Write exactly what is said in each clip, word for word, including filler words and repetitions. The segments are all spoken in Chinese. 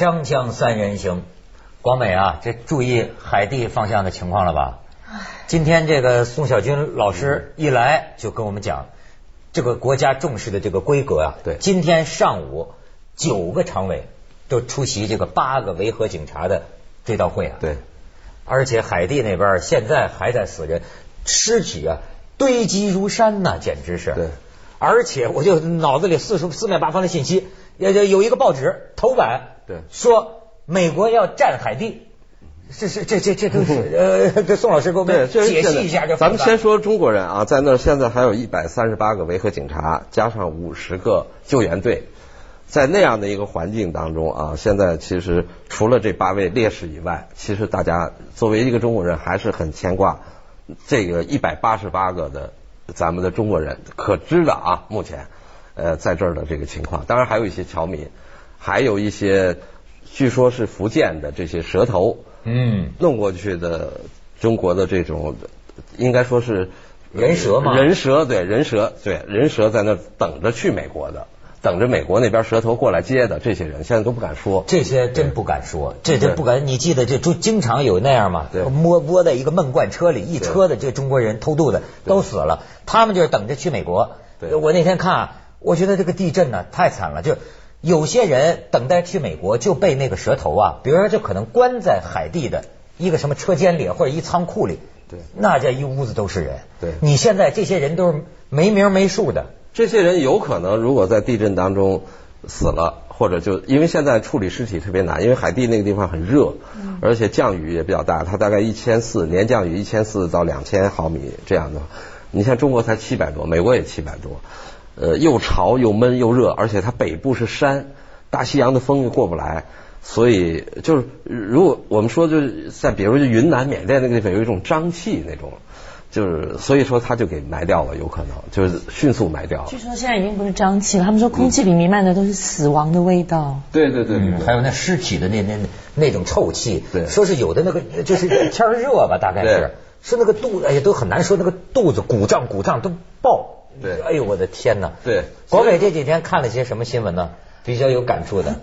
锵锵三人行，广美啊，这注意海地方向的情况了吧？今天这个宋小军老师一来就跟我们讲，这个国家重视的这个规格啊。 对， 今天上午九个常委都出席这个八个维和警察的追悼会啊。 对， 而且海地那边现在还在死人，尸体啊堆积如山呐、啊，简直是。 对， 而且我就脑子里四处四面八方的信息，有有一个报纸头版。 对， 说美国要占海地，这是这这这都是呃，这宋老师给我们解析一下这。 咱们先说中国人啊，在那儿现在还有一百三十八个维和警察，加上五十个救援队，在那样的一个环境当中啊，现在其实除了这八位烈士以外，其实大家作为一个中国人还是很牵挂这个一百八十八个的咱们的中国人可知的啊，目前呃在这儿的这个情况，当然还有一些侨民。还有一些据说是福建的这些蛇头，嗯，弄过去的中国的这种，应该说是人蛇嘛， 人蛇对人蛇对人蛇在那等着去美国的，等着美国那边蛇头过来接的，这些人现在都不敢说， 这些真不敢说，这真不敢。你记得这就经常有那样嘛，摸摸在一个闷罐车里，一车的这中国人偷渡的都死了，他们就是等着去美国。我那天看啊，我觉得这个地震呢太惨了，就。有些人等待去美国就被那个蛇头啊，比如说就可能关在海地的一个什么车间里或者一仓库里， 对， 那这一屋子都是人。 对， 你现在这些人都是没名没数的， 这些人有可能如果在地震当中死了，或者就因为现在处理尸体特别难，因为海地那个地方很热，嗯、而且降雨也比较大，它大概一千四年降雨一千四到两千毫米这样的。你像中国才七百多，美国也七百多。呃，又潮又闷又热，而且它北部是山，大西洋的风又过不来，所以就是如果我们说就是在比如就云南、缅甸那个地方有一种瘴气那种，就是所以说他就给埋掉了，有可能就是迅速埋掉了。 据说现在已经不是瘴气了，他们说空气里弥漫的都是死亡的味道。 对对对， 嗯，还有那尸体的那那那种臭气。 对， 说是有的那个就是天热吧，大概是说那个肚子，哎呀都很难说，那个肚子鼓胀鼓胀都爆。 对， 哎呦我的天哪！ 对， 国美这几天看了些什么新闻呢？比较有感触的。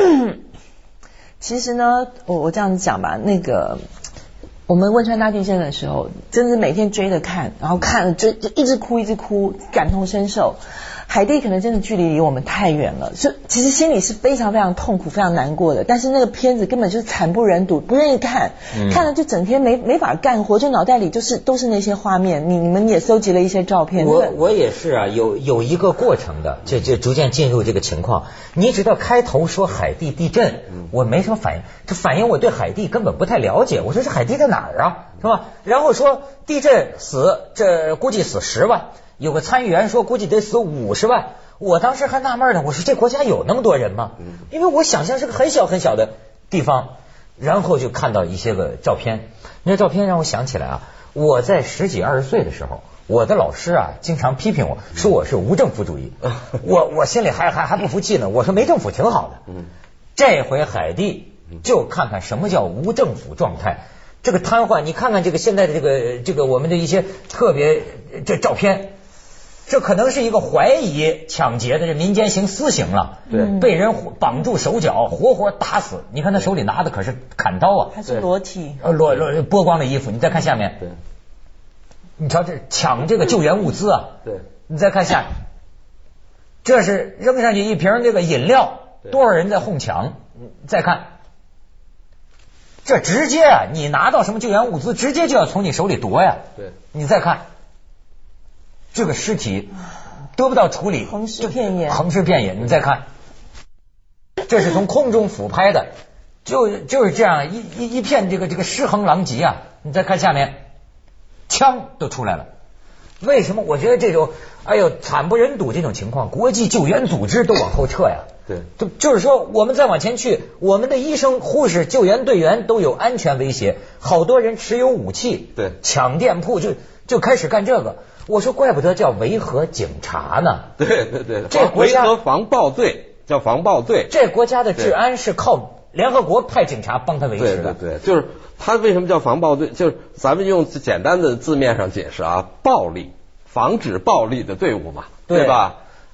其实呢，我我这样子讲吧，那个我们汶川大地震的时候，真是每天追着看，然后看了就就一直哭一直哭，感同身受。海地可能真的距离离我们太远了，就其实心里是非常非常痛苦、非常难过的。但是那个片子根本就是惨不忍睹，不愿意看，嗯、看了就整天没没法干活，就脑袋里就是都是那些画面。你你们也搜集了一些照片， 我我也是啊，有有一个过程的，这这逐渐进入这个情况。你知道开头说海地地震，我没什么反应，这反应我对海地根本不太了解。我说这海地在哪儿啊，是吧？然后说地震死，这估计死十万。有个参议员说估计得死五十万，我当时还纳闷呢，我说这国家有那么多人吗？因为我想象是个很小很小的地方，然后就看到一些个照片，那照片让我想起来啊，我在十几二十岁的时候，我的老师啊经常批评我说我是无政府主义，我我心里还还还不服气呢，我说没政府挺好的，这回海地就看看什么叫无政府状态。这个瘫痪，你看看这个现在的这个这个我们的一些特别这照片。这可能是一个怀疑抢劫的这民间行私刑了，对，被人绑住手脚，活活打死。你看他手里拿的可是砍刀啊， 还是裸体， 呃，裸裸剥光了衣服。你再看下面， 对， 你瞧这抢这个救援物资啊， 对， 你再看下面，这是扔上去一瓶这个饮料，多少人在哄抢？再看，这直接啊，你拿到什么救援物资，直接就要从你手里夺呀。 对， 你再看。这个尸体得不到处理， 横尸遍野， 横尸遍野。你再看，这是从空中俯拍的，就就是这样一一一片这个这个尸横狼藉啊！你再看下面，枪都出来了。为什么？我觉得这种哎呦惨不忍睹这种情况，国际救援组织都往后撤呀。 对， 就就是说，我们再往前去，我们的医生、护士、救援队员都有安全威胁，好多人持有武器， 对， 抢店铺就就开始干这个。我说怪不得叫维和警察呢。 对对对， 这国家维和防暴队叫防暴队。 这国家的治安是靠联合国派警察帮他维持的。 对对对，就是他为什么叫防暴队？就是咱们用简单的字面上解释啊，暴力，防止暴力的队伍嘛，对吧？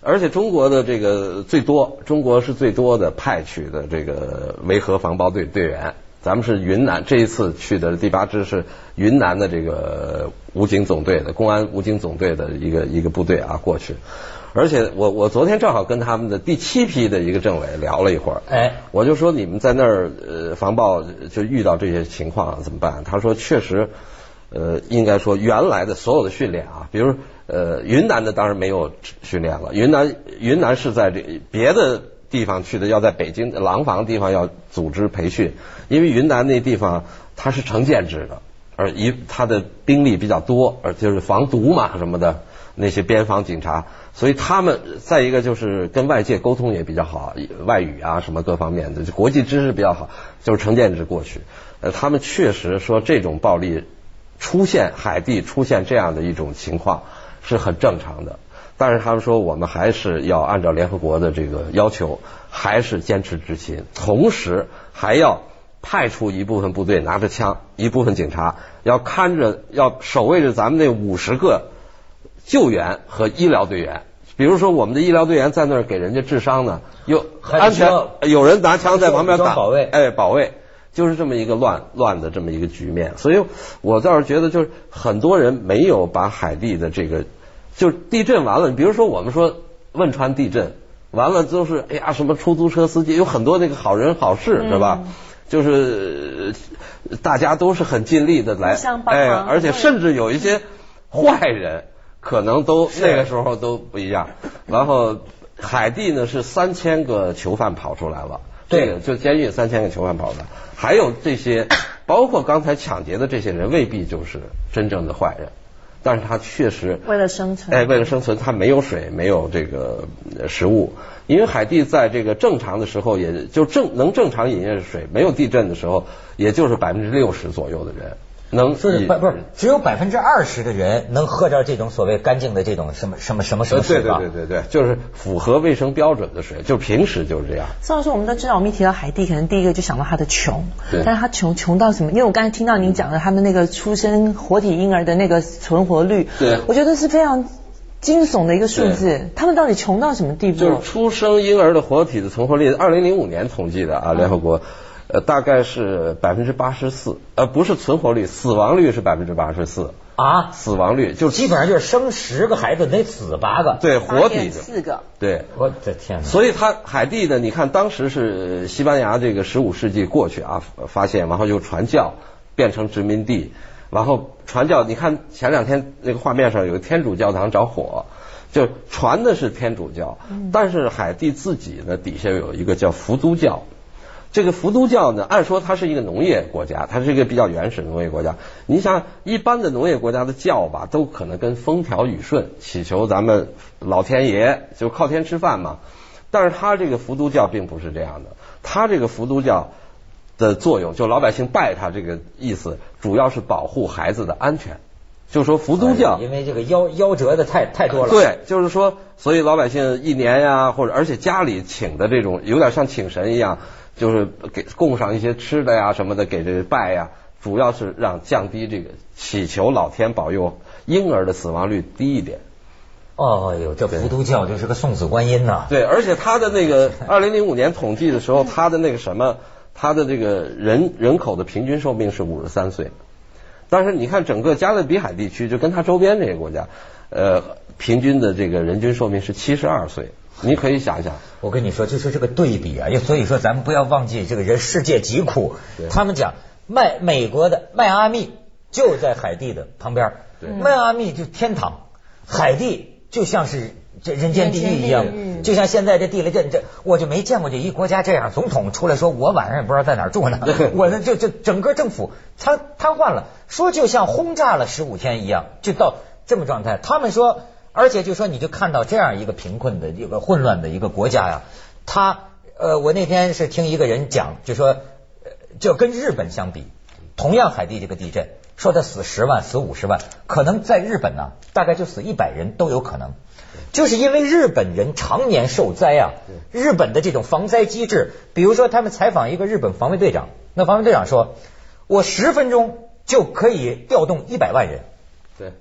而且中国的这个最多，中国是最多的派去的这个维和防暴队队员。咱们是云南这一次去的第八支是云南的这个武警总队的公安武警总队的一个一个部队啊过去，而且我我昨天正好跟他们的第七批的一个政委聊了一会儿，哎，我就说你们在那儿呃防暴就遇到这些情况怎么办？他说确实呃应该说原来的所有的训练啊，比如呃云南的当然没有训练了，云南云南是在这别的地方去的，要在北京廊坊地方要组织培训，因为云南那地方它是成建制的，而一它的兵力比较多，而就是防毒嘛什么的那些边防警察，所以他们再一个就是跟外界沟通也比较好，外语啊什么各方面的国际知识比较好，就是成建制过去，呃，他们确实说这种暴力出现海地出现这样的一种情况是很正常的。但是他们说我们还是要按照联合国的这个要求，还是坚持执勤，同时还要派出一部分部队拿着枪，一部分警察要看着要守卫着咱们那五十个救援和医疗队员。比如说我们的医疗队员在那儿给人家治伤呢，又安全，有人拿枪在旁边打保卫，哎，保卫。就是这么一个乱乱的这么一个局面，所以我倒是觉得就是很多人没有把海地的这个就是地震完了，比如说我们说汶川地震完了都是哎呀什么出租车司机有很多那个好人好事是吧？就是大家都是很尽力的来，哎，而且甚至有一些坏人可能都那个时候都不一样。然后海地呢是三千个囚犯跑出来了。这个就监狱三千个囚犯跑的，还有这些，包括刚才抢劫的这些人，未必就是真正的坏人，但是他确实为了生存， 哎，为了生存，他没有水，没有这个食物，因为海地在这个正常的时候，也就正能正常饮用水，没有地震的时候，也就是百分之六十左右的人。能是不不是只有百分之二十的人能喝着这种所谓干净的这种什么什么什么什么水吧？ 对对对对对，就是符合卫生标准的水，就平时就是这样。 宋老师，我们都知道，我们一提到海地，可能第一个就想到他的穷，但是他穷穷到什么？因为我刚才听到您讲的他们那个出生活体婴儿的那个存活率，对，我觉得是非常惊悚的一个数字。他们到底穷到什么地步？ 就是出生婴儿的活体的存活率，二零零五年统计的啊，联合国。呃，大概是百分之八十四，呃，不是存活率，死亡率是百分之八十四啊， 死亡率就基本上就是生十个孩子得死八个， 对，活体的四个， 对， 我的天哪！ 所以它海地呢，你看当时是西班牙这个十五世纪过去啊，发现，然后就传教变成殖民地，然后传教，你看前两天那个画面上有个天主教堂着火，就传的是天主教，嗯、但是海地自己呢底下有一个叫伏都教。这个伏都教呢，按说它是一个农业国家，它是一个比较原始的农业国家。你想，一般的农业国家的教吧，都可能跟风调雨顺，祈求咱们老天爷，就靠天吃饭嘛。但是它这个伏都教并不是这样的，它这个伏都教的作用，就老百姓拜它这个意思，主要是保护孩子的安全。就是说伏都教， 因为这个夭夭折的太太多了。 对，就是说，所以老百姓一年呀，或者而且家里请的这种，有点像请神一样。就是给供上一些吃的呀什么的给这个拜呀，主要是让降低这个祈求老天保佑婴儿的死亡率低一点。 哦哟，这伏都教就是个送子观音呐。 对，而且他的那个二零零五年统计的时候，他的那个什么，他的这个人人口的平均寿命是五十三岁，但是你看整个加勒比海地区，就跟他周边这些国家，呃，平均的这个人均寿命是七十二岁。你可以想想， 我跟你说，就是这个对比啊，所以说咱们不要忘记这个人世界疾苦。他们讲迈美国的迈阿密就在海地的旁边，迈阿密就天堂，海地就像是这人间地狱一样。就像现在这地雷震，这我就没见过这一国家这样，总统出来说我晚上也不知道在哪儿住呢，我呢就就整个政府瘫瘫痪了，说就像轰炸了十五天一样，就到这么状态。他们说。而且就说你就看到这样一个贫困的一个混乱的一个国家呀，他呃我那天是听一个人讲，就说就跟日本相比，同样海地这个地震，说他死十万死五十万，可能在日本呢大概就死一百人都有可能，就是因为日本人常年受灾啊，日本的这种防灾机制，比如说他们采访一个日本防卫队长，那防卫队长说，我十分钟就可以调动一百万人。 对。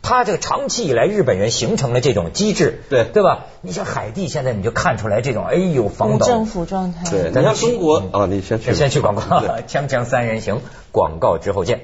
他这个长期以来日本人形成了这种机制， 对对吧？你像海地现在你就看出来这种，哎呦，防岛政府状态。 对，你像中国啊，你先去先去广告，锵锵三人行，广告之后见。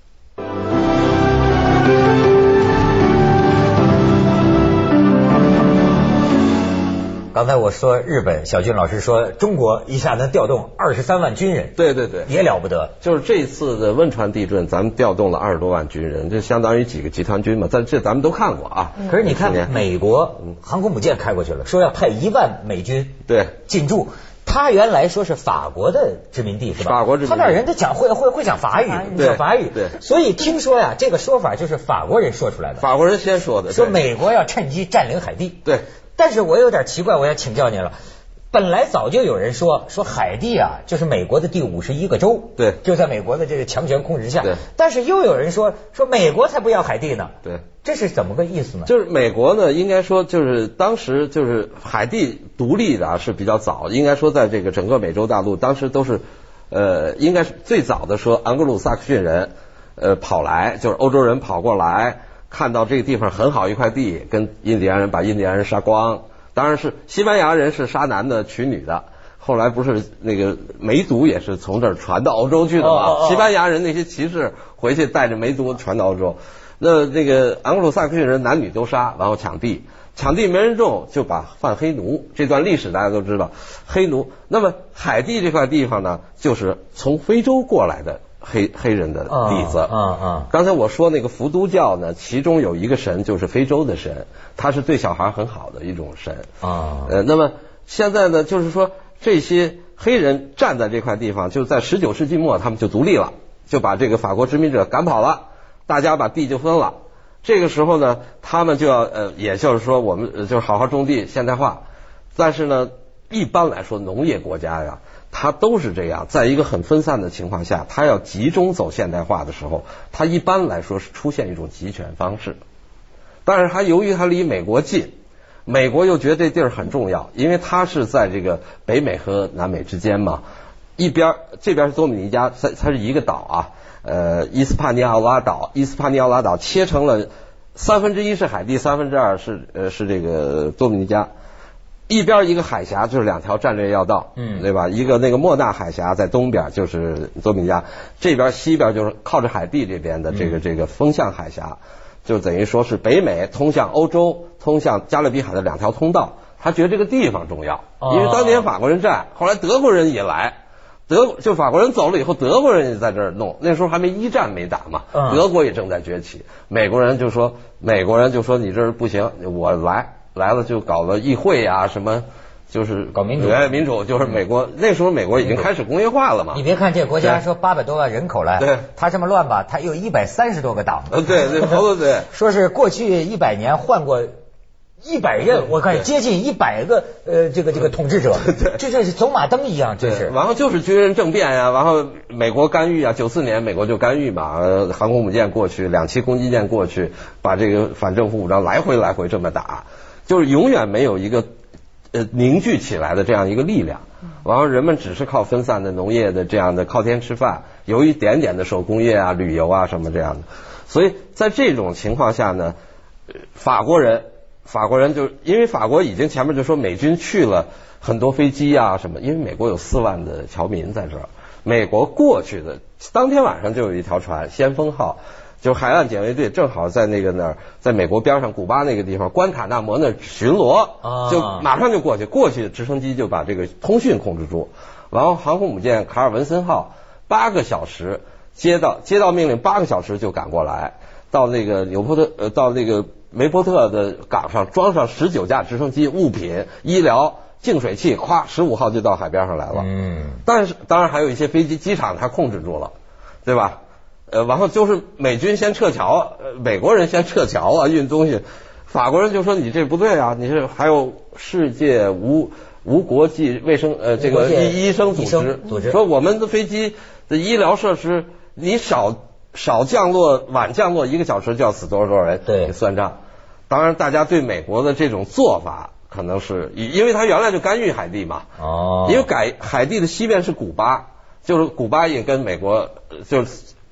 刚才我说日本，小军老师说中国一下能调动二十三万军人， 对对对， 也了不得。 就是这次的汶川地震，咱们调动了二十多万军人，这相当于几个集团军嘛。但这咱们都看过啊。 可是你看，美国航空母舰开过去了，说要派一万美军对进驻。他原来说是法国的殖民地是吧？ 法国殖民地， 他那人家讲会会会讲法语，讲法语。 对， 所以听说呀，这个说法就是法国人说出来的。 法国人先说的， 说美国要趁机占领海地。 对。 但是我有点奇怪，我要请教您了。本来早就有人说说海地啊，就是美国的第五十一个州， 对， 就在美国的这个强权控制下。 对。 但是又有人说说美国才不要海地呢。 对。 这是怎么个意思呢？ 就是美国呢，应该说就是当时就是海地独立的啊是比较早，应该说在这个整个美洲大陆，当时都是呃，应该是最早的说盎格鲁撒克逊人呃跑来，就是欧洲人跑过来。看到这个地方很好一块地，跟印第安人把印第安人杀光，当然是西班牙人是杀男的娶女的，后来不是那个梅毒也是从这儿传到欧洲去的吗？ 哦哦哦西班牙人那些骑士回去带着梅毒传到欧洲，那那个盎格鲁撒克逊人男女都杀，然后抢地，抢地没人种就把贩黑奴，这段历史大家都知道，黑奴。那么海地这块地方呢，就是从非洲过来的。黑黑人的底子， 嗯嗯。 刚才我说那个伏都教呢，其中有一个神就是非洲的神，他是对小孩很好的一种神啊。 呃，那么现在呢，就是说这些黑人站在这块地方，就在十九世纪末，他们就独立了，就把这个法国殖民者赶跑了，大家把地就分了。这个时候呢，他们就要呃，也就是说我们、呃、就是好好种地，现代化。但是呢，一般来说农业国家呀。它都是这样，在一个很分散的情况下，它要集中走现代化的时候，它一般来说是出现一种集权方式。但是它由于它离美国近，美国又觉得这地儿很重要，因为它是在这个北美和南美之间嘛。一边这边是多米尼加，它它是一个岛啊，呃，伊斯帕尼奥拉岛，伊斯帕尼奥拉岛切成了三分之一是海地，三分之二是呃是这个多米尼加。一边一个海峡就是两条战略要道，嗯，对吧？一个那个莫纳海峡在东边就是多米尼加，这边西边就是靠着海地这边的这个、嗯、这个风向海峡，就等于说是北美通向欧洲、通向加勒比海的两条通道。他觉得这个地方重要，因为当年法国人占，后来德国人也来，德就法国人走了以后，德国人也在这儿弄。那时候还没一战没打嘛，嗯、德国也正在崛起。美国人就说，美国人就说你这儿不行，我来。来了就搞了议会啊，什么就是搞民主， 对民主就是美国、嗯、那时候美国已经开始工业化了嘛。 你别看这国家说八百多万人口来， 对， 他这么乱吧，他有一百三十多个党， 呃，对对对对， 说是过去一百年换过一百任，我看接近一百个呃这个这个统治者， 对， 这这是走马灯一样，这是。 然后就是军人政变呀、啊，然后美国干预啊，九四年美国就干预嘛，呃，航空母舰过去，两栖攻击舰过去，把这个反政府武装来回来回这么打。就是永远没有一个呃凝聚起来的这样一个力量，然后人们只是靠分散的农业的这样的靠天吃饭，有一点点的手工业啊、旅游啊什么这样的，所以在这种情况下呢，法国人法国人就因为法国已经前面就说美军去了很多飞机啊什么，因为美国有四万的侨民在这儿，美国过去的当天晚上就有一条船先锋号。就是海岸检卫队正好在那个那儿，在美国边上古巴那个地方，关塔那摩那巡逻，就马上就过去，过去直升机就把这个通讯控制住，然后航空母舰卡尔文森号八个小时接到接到命令，八个小时就赶过来，到那个纽波特呃到那个梅波特的港上装上十九架直升机、物品、医疗、净水器，咵，十五号就到海边上来了。嗯，但是当然还有一些飞机机场他控制住了，对吧？呃，然后就是美军先撤侨，呃，美国人先撤侨啊，运东西。法国人就说你这不对啊，你这还有世界无无国际卫生呃这个医医生组织组织说我们的飞机的医疗设施，你少少降落晚降落一个小时就要死多少多少人， 对， 你算账。当然，大家对美国的这种做法可能是因为他原来就干预海地嘛，哦，因为改海地的西边是古巴，就是古巴也跟美国就是。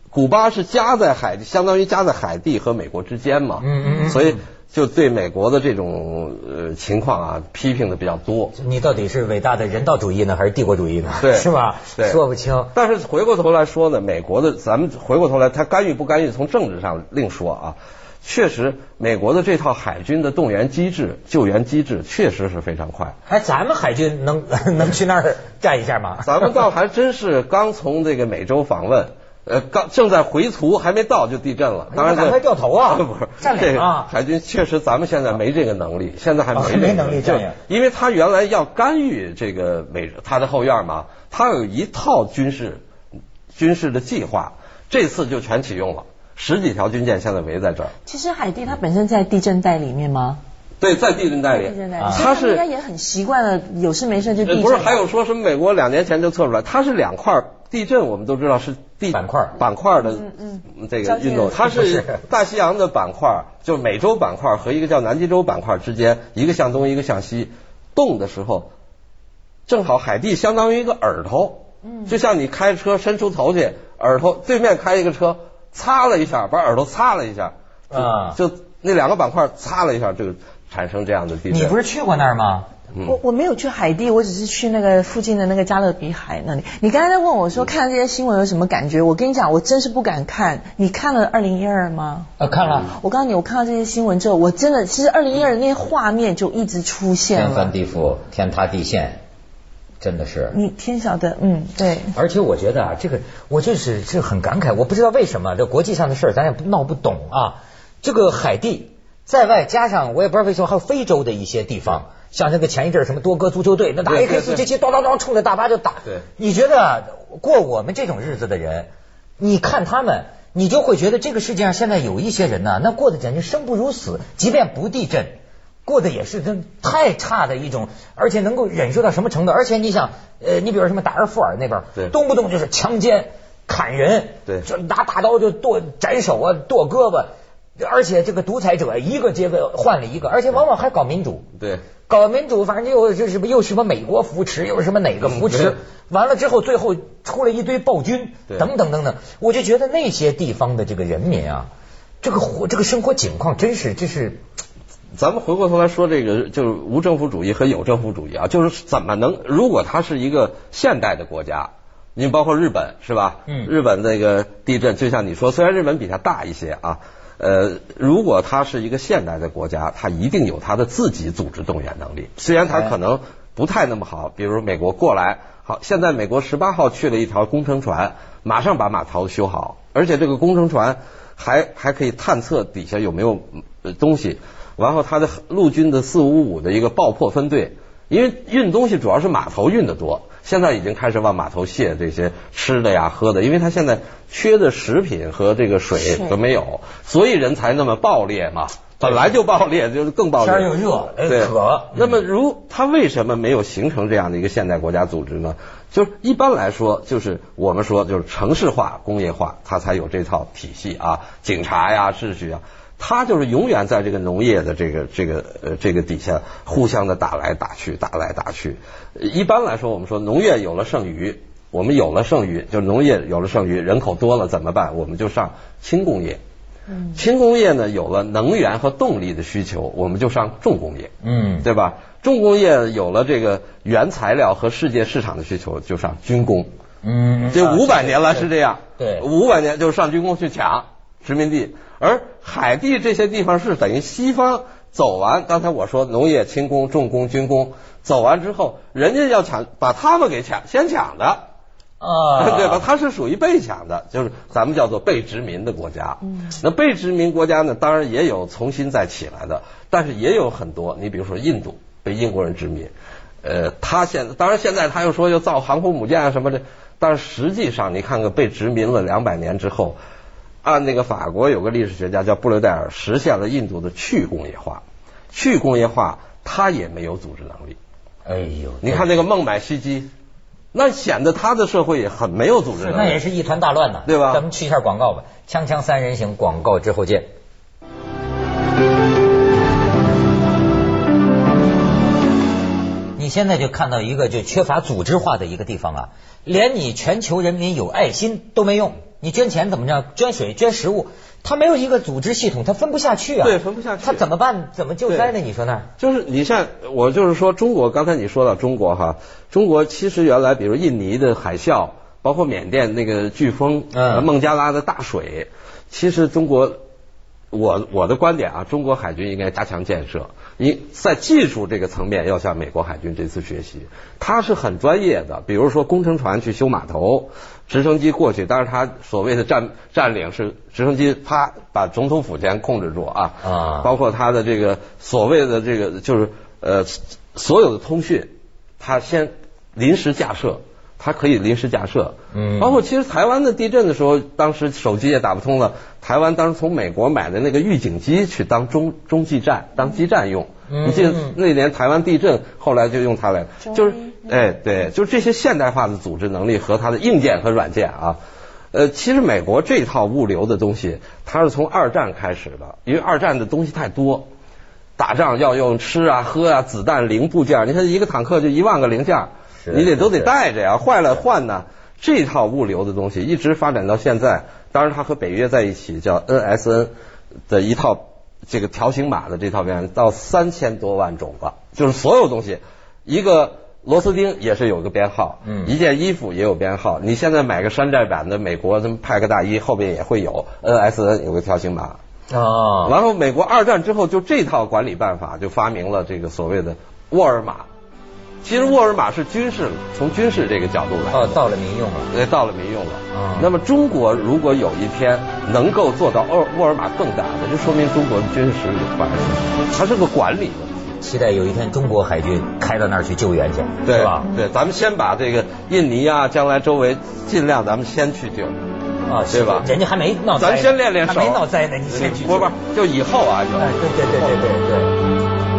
古巴是夹在海地，相当于夹在海地和美国之间嘛， 嗯嗯嗯， 所以就对美国的这种呃情况啊批评的比较多。 你到底是伟大的人道主义呢，还是帝国主义呢？ 对， 是吧？ 对， 说不清。 但是回过头来说呢，美国的咱们回过头来，他干预不干预，从政治上另说啊。确实，美国的这套海军的动员机制、救援机制确实是非常快。 哎，咱们海军能能去那儿站一下吗？ 咱们倒还真是刚从这个美洲访问，呃，刚正在回途，还没到就地震了。当然， 赶快掉头啊！ 不是占领啊！ 海军确实，咱们现在没这个能力，现在还没、这个哦、没能力占领， 因为他原来要干预这个美他的后院嘛，他有一套军事军事的计划，这次就全启用了。十几条军舰现在围在这儿。 其实海地它本身在地震带里面吗？ 对，在地震带里。 地震带里， 他是应该也很习惯了，有事没事就地震。 不是，还有说什么美国两年前就测出来，它是两块地震，我们都知道是地板块板块的这个运动，它是大西洋的板块，就是美洲板块和一个叫南极洲板块之间，一个向东，一个向西，动的时候，正好海地相当于一个耳朵，就像你开车伸出头去，耳朵对面开一个车。擦了一下，把耳朵擦了一下，啊，就那两个板块擦了一下，就产生这样的地震。 你不是去过那儿吗？ 嗯、我我没有去海地，我只是去那个附近的那个加勒比海那里。你刚才在问我说看这些新闻有什么感觉？我跟你讲，我真是不敢看。你看了二零一二吗？ 啊，看了。 我告诉你，我看到这些新闻之后，我真的，其实二零一二那些画面就一直出现了， 天翻地覆，天塌地陷。真的是你天晓得，嗯，对。 而且我觉得啊，这个我就是是很感慨，我不知道为什么这国际上的事儿咱也闹不懂啊。这个海地在外加上我也不知道为什么还有非洲的一些地方，像那个前一阵什么多哥足球队，那打 A K 四七七，咣当当冲着大巴就打。 对， 你觉得过我们这种日子的人，你看他们，你就会觉得这个世界上现在有一些人呢，那过得简直生不如死，即便不地震。过得也是真太差的一种，而且能够忍受到什么程度？而且你想，呃，你比如什么达尔富尔那边， 对， 动不动就是强奸、砍人， 对， 就拿大刀就剁斩首啊、剁胳膊，而且这个独裁者一个接着换了一个，而且往往还搞民主， 对， 搞民主，反正又是什么又什么美国扶持，又是什么哪个扶持，完了之后最后出了一堆暴君，等等等等，我就觉得那些地方的这个人民啊，这个活这个生活境况真是这是。 咱们回过头来说这个就是无政府主义和有政府主义啊，就是怎么能，如果它是一个现代的国家，你包括日本是吧？嗯，日本那个地震就像你说，虽然日本比它大一些啊，呃，如果它是一个现代的国家，它一定有它的自己组织动员能力，虽然它可能不太那么好，比如美国过来，好，现在美国十八号去了一条工程船，马上把码头修好，而且这个工程船还还可以探测底下有没有东西。然后他的陆军的四五五的一个爆破分队，因为运东西主要是码头运的多，现在已经开始往码头卸这些吃的呀喝的，因为他现在缺的食品和这个水都没有，所以人才那么暴烈嘛，本来就暴烈，就是更暴烈， 天又热， 对， 渴。 那么如他为什么没有形成这样的一个现代国家组织呢？就是一般来说，就是我们说就是城市化、工业化，它才有这套体系啊，警察呀、秩序啊。他就是永远在这个农业的这个这个呃这个底下互相的打来打去，打来打去。一般来说，我们说农业有了剩余，我们有了剩余，就是农业有了剩余，人口多了怎么办？我们就上轻工业。嗯，轻工业呢有了能源和动力的需求，我们就上重工业。嗯，对吧？重工业有了这个原材料和世界市场的需求，就上军工。嗯，这五百年了是这样。对，五百年就是上军工去抢殖民地。而海地这些地方是等于西方走完，刚才我说农业、轻工、重工、军工走完之后，人家要抢，把他们给抢，先抢的啊，对吧？他是属于被抢的，就是咱们叫做被殖民的国家。嗯，那被殖民国家呢，当然也有重新再起来的，但是也有很多，你比如说印度被英国人殖民，呃，他现当然现在他又说要造航空母舰啊什么的，但是实际上你看看被殖民了两百年之后。按那个法国有个历史学家叫布雷代尔，实现了印度的去工业化。去工业化，他也没有组织能力。哎呦，你看那个孟买袭击，那显得他的社会也很没有组织能力， 那也是一团大乱呐， 对吧？ 咱们去一下广告吧，锵锵三人行，广告之后见。你现在就看到一个就缺乏组织化的一个地方啊，连你全球人民有爱心都没用。 你捐钱怎么着？捐水、捐食物，它没有一个组织系统，它分不下去啊。 对，分不下去。 它怎么办？怎么救灾呢？你说呢？ 就是你像我就是说，中国刚才你说到中国哈，中国其实原来比如印尼的海啸，包括缅甸那个飓风，嗯，孟加拉的大水，其实中国。我我的观点啊，中国海军应该加强建设，你在技术这个层面要向美国海军这次学习，它是很专业的，比如说工程船去修码头，直升机过去，但是它所谓的占占领是直升机啪把总统府前控制住啊，啊，包括它的这个所谓的这个就是呃所有的通讯，它先临时架设。它可以临时架设，嗯，包括其实台湾的地震的时候，当时手机也打不通了，台湾当时从美国买的那个预警机去当中中继站，当基站用。嗯，你记得那年台湾地震，后来就用它来，就是哎对，就是这些现代化的组织能力和它的硬件和软件啊。呃，其实美国这套物流的东西，它是从二战开始的，因为二战的东西太多，打仗要用吃啊、喝啊、子弹零部件，你看一个坦克就一万个零件。你得都得带着呀，坏了换呢。这套物流的东西一直发展到现在，当然它和北约在一起叫 N S N 的一套这个条形码的这套编到三千多万种了，就是所有东西，一个螺丝钉也是有个编号，嗯，一件衣服也有编号。你现在买个山寨版的美国他们派个大衣，后边也会有 N S N 有个条形码。哦，然后美国二战之后就这套管理办法就发明了这个所谓的沃尔玛。其实沃尔玛是军事，从军事这个角度来， 哦，到了民用了， 对，到了民用了。嗯，那么中国如果有一天能够做到沃沃尔玛更大的，就说明中国的军事实力快，它是个管理问题。 期待有一天中国海军开到那儿去救援去， 对是吧？ 对，咱们先把这个印尼啊，将来周围尽量咱们先去救。 啊， 对吧？ 人家还没闹灾， 咱先练练手， 还没闹灾呢，你先去。 不不，就以后啊，就。 哎，对对对对对对。